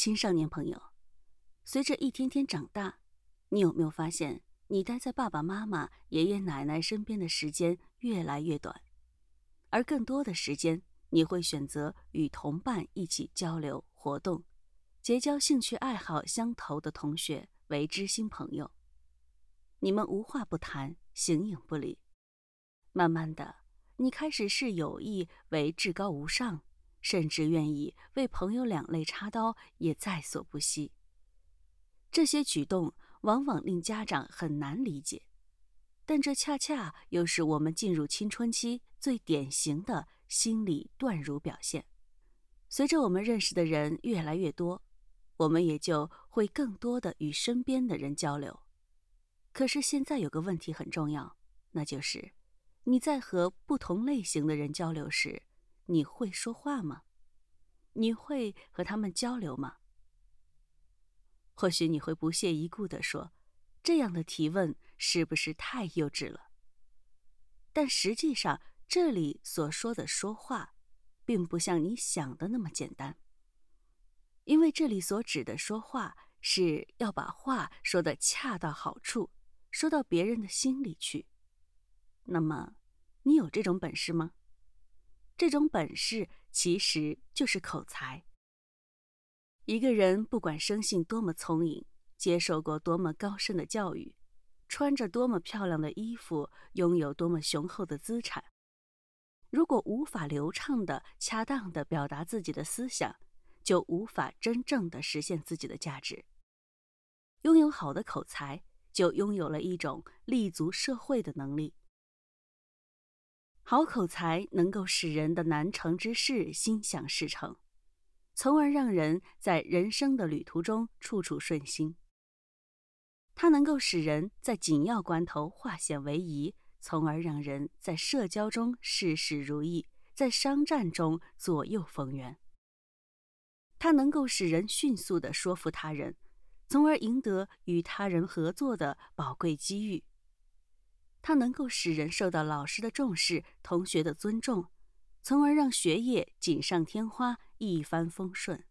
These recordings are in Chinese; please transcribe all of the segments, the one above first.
青少年朋友，随着一天天长大，你有没有发现，你待在爸爸妈妈、爷爷奶奶身边的时间越来越短，而更多的时间，你会选择与同伴一起交流活动，结交兴趣爱好相投的同学为知心朋友。你们无话不谈，形影不离。慢慢的，你开始视友谊为至高无上，甚至愿意为朋友两肋插刀也在所不惜。这些举动往往令家长很难理解，但这恰恰又是我们进入青春期最典型的心理断乳表现。随着我们认识的人越来越多，我们也就会更多的与身边的人交流。可是现在有个问题很重要，那就是你在和不同类型的人交流时，你会说话吗？你会和他们交流吗？或许你会不屑一顾地说，这样的提问是不是太幼稚了？但实际上，这里所说的说话，并不像你想的那么简单。因为这里所指的说话，是要把话说得恰到好处，说到别人的心里去。那么，你有这种本事吗？这种本事其实就是口才。一个人不管生性多么聪颖，接受过多么高深的教育，穿着多么漂亮的衣服，拥有多么雄厚的资产，如果无法流畅的、恰当的表达自己的思想，就无法真正的实现自己的价值。拥有好的口才，就拥有了一种立足社会的能力。好口才能够使人的难成之事心想事成，从而让人在人生的旅途中处处顺心。它能够使人在紧要关头化险为夷，从而让人在社交中事事如意，在商战中左右逢源。它能够使人迅速地说服他人，从而赢得与他人合作的宝贵机遇。它能够使人受到老师的重视、同学的尊重，从而让学业锦上添花，一帆风顺。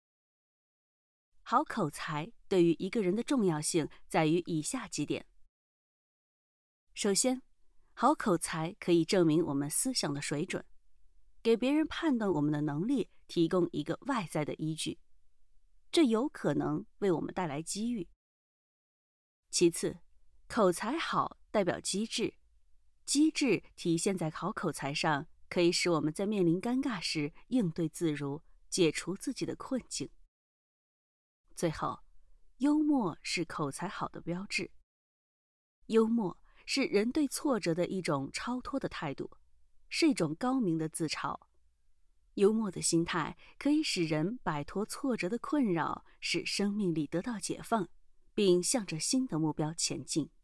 好口才对于一个人的重要性在于以下几点。首先，好口才可以证明我们思想的水准，给别人判断我们的能力提供一个外在的依据，这有可能为我们带来机遇。其次，口才好代表机智，机智体现在好口才上，可以使我们在面临尴尬时应对自如，解除自己的困境。最后，幽默是口才好的标志。幽默是人对挫折的一种超脱的态度，是一种高明的自嘲。幽默的心态可以使人摆脱挫折的困扰，使生命力得到解放，并向着新的目标前进。